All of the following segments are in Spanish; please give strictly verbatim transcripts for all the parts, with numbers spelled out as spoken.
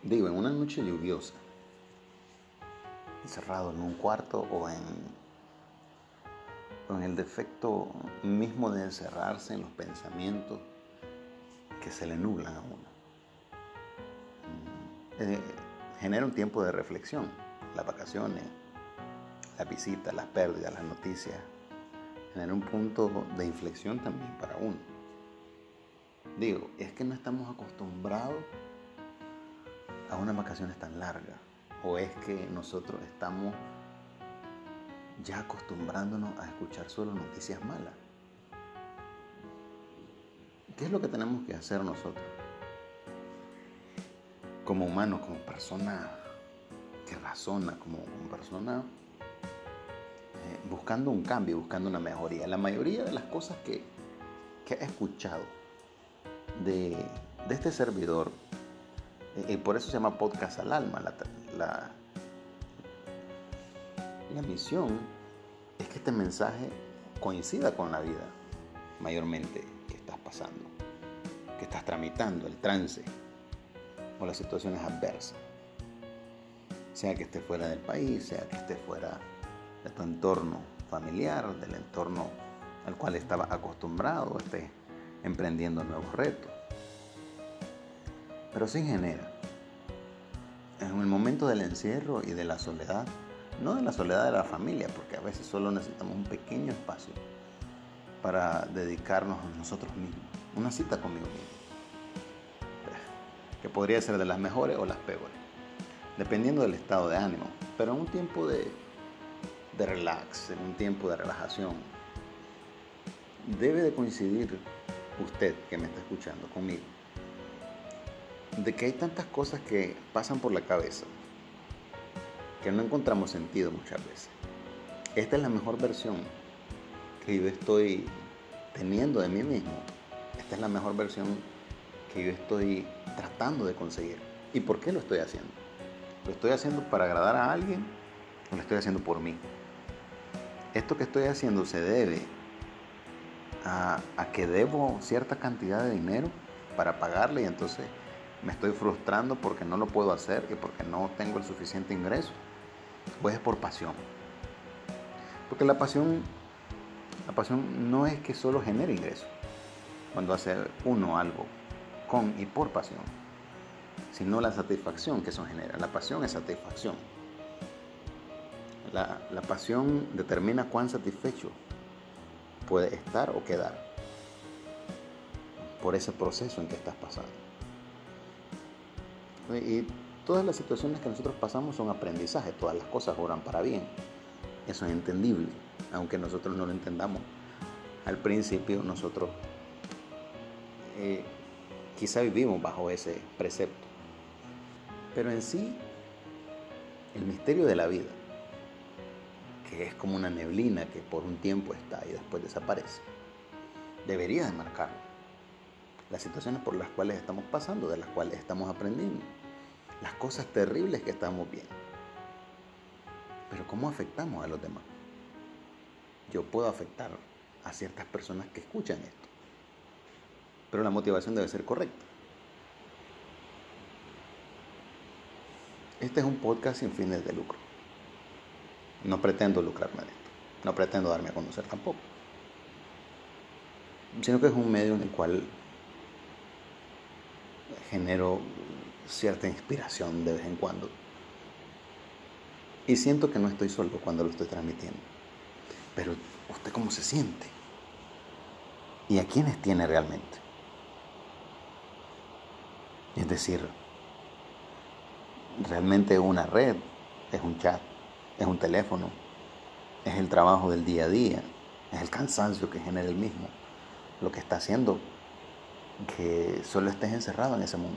Digo, en una noche lluviosa, encerrado en un cuarto o en, o en el defecto mismo de encerrarse en los pensamientos que se le nublan a uno. Eh, genera un tiempo de reflexión, las vacaciones, las visitas, las pérdidas, las noticias. Genera un punto de inflexión también para uno. Digo, es que no estamos acostumbrados a unas vacaciones tan largas, o es que nosotros estamos ya acostumbrándonos a escuchar solo noticias malas. ¿Qué es lo que tenemos que hacer nosotros? Como humanos, como personas que razona, como persona eh, buscando un cambio, buscando una mejoría. La mayoría de las cosas que, que he escuchado de, de este servidor, y por eso se llama Podcast al Alma. La, la, la misión es que este mensaje coincida con la vida, mayormente, que estás pasando, que estás tramitando, el trance o las situaciones adversas. Sea que estés fuera del país, sea que estés fuera de tu entorno familiar, del entorno al cual estabas acostumbrado, estés emprendiendo nuevos retos. Pero sí genera, en el momento del encierro y de la soledad, no de la soledad de la familia, porque a veces solo necesitamos un pequeño espacio para dedicarnos a nosotros mismos, una cita conmigo mismo, que podría ser de las mejores o las peores, dependiendo del estado de ánimo, pero en un tiempo de, de relax, en un tiempo de relajación. Debe de coincidir usted que me está escuchando conmigo, de que hay tantas cosas que pasan por la cabeza que no encontramos sentido muchas veces. Esta es la mejor versión que yo estoy teniendo de mí mismo. Esta es la mejor versión que yo estoy tratando de conseguir. ¿Y por qué lo estoy haciendo? ¿Lo estoy haciendo para agradar a alguien o lo estoy haciendo por mí? Esto que estoy haciendo se debe a, a que debo cierta cantidad de dinero para pagarle y entonces me estoy frustrando porque no lo puedo hacer y porque no tengo el suficiente ingreso. Pues es por pasión. Porque la pasión, la pasión no es que solo genere ingresos cuando hace uno algo con y por pasión, sino la satisfacción que eso genera. La pasión es satisfacción. La, la pasión determina cuán satisfecho puede estar o quedar por ese proceso en que estás pasando. Y todas las situaciones que nosotros pasamos son aprendizaje, todas las cosas obran para bien. Eso es entendible, aunque nosotros no lo entendamos. Al principio nosotros eh, quizá vivimos bajo ese precepto. Pero en sí, el misterio de la vida, que es como una neblina que por un tiempo está y después desaparece, debería de marcarlo. Las situaciones por las cuales estamos pasando, de las cuales estamos aprendiendo, las cosas terribles que estamos viendo. Pero ¿cómo afectamos a los demás? Yo puedo afectar a ciertas personas que escuchan esto, pero la motivación debe ser correcta. Este es un podcast sin fines de lucro. No pretendo lucrarme de esto, no pretendo darme a conocer tampoco, sino que es un medio en el cual genero cierta inspiración de vez en cuando y siento que no estoy solo cuando lo estoy transmitiendo. Pero ¿usted cómo se siente? ¿Y a quiénes tiene realmente? Es decir, realmente es una red, es un chat, es un teléfono, es el trabajo del día a día, es el cansancio que genera el mismo, lo que está haciendo que solo estés encerrado en ese mundo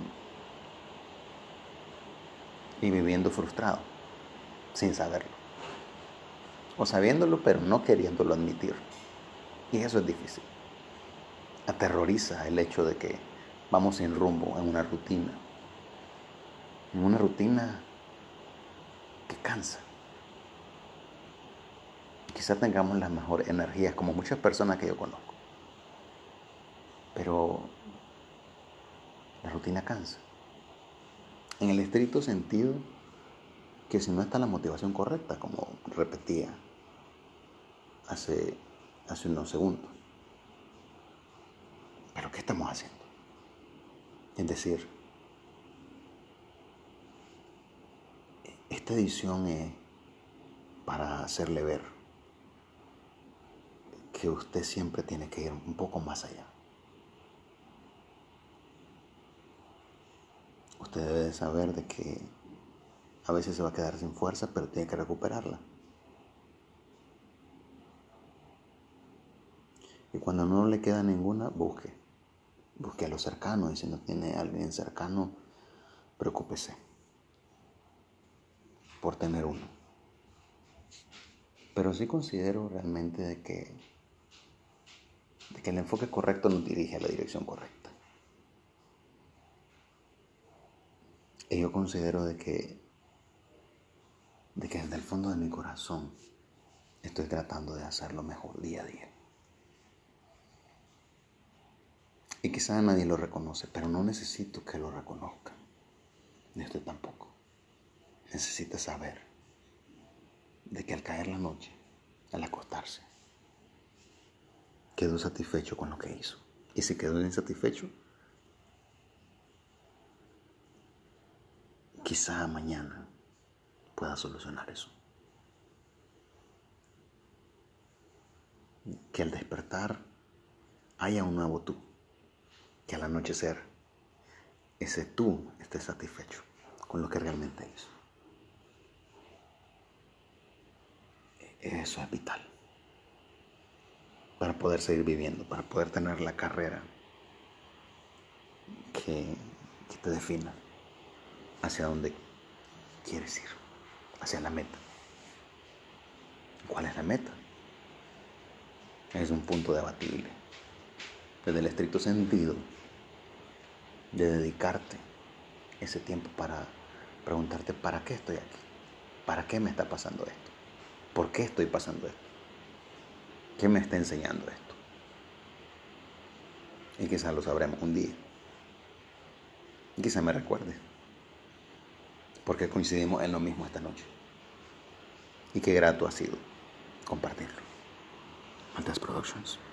y viviendo frustrado, sin saberlo, o sabiéndolo pero no queriéndolo admitir. Y eso es difícil. Aterroriza el hecho de que vamos sin rumbo en una rutina, en una rutina que cansa. Quizás tengamos las mejores energías, como muchas personas que yo conozco, pero la rutina cansa. En el estricto sentido que si no está la motivación correcta, como repetía hace, hace unos segundos. ¿Pero qué estamos haciendo? Es decir, esta edición es para hacerle ver que usted siempre tiene que ir un poco más allá. Usted debe de saber de que a veces se va a quedar sin fuerza, pero tiene que recuperarla. Y cuando no le queda ninguna, busque. Busque a los cercanos. Y si no tiene a alguien cercano, preocúpese por tener uno. Pero sí considero realmente de que, de que el enfoque correcto nos dirige a la dirección correcta. Y yo considero de que, de que desde el fondo de mi corazón estoy tratando de hacerlo mejor día a día. Y quizá nadie lo reconoce, pero no necesito que lo reconozcan. Ni usted tampoco. Necesita saber de que al caer la noche, al acostarse, quedó satisfecho con lo que hizo. Y si quedó insatisfecho, quizá mañana pueda solucionar eso. Que al despertar haya un nuevo tú. Que al anochecer ese tú esté satisfecho con lo que realmente hizo. Eso es vital para poder seguir viviendo, para poder tener la carrera que, que te defina hacia dónde quieres ir, hacia la meta. ¿Cuál es la meta? Es un punto debatible. Desde el estricto sentido de dedicarte ese tiempo para preguntarte ¿para qué estoy aquí? ¿Para qué me está pasando esto? ¿Por qué estoy pasando esto? ¿Qué me está enseñando esto? Y quizás lo sabremos un día. Y quizás me recuerde. Porque coincidimos en lo mismo esta noche. Y qué grato ha sido compartirlo. Maltas Productions.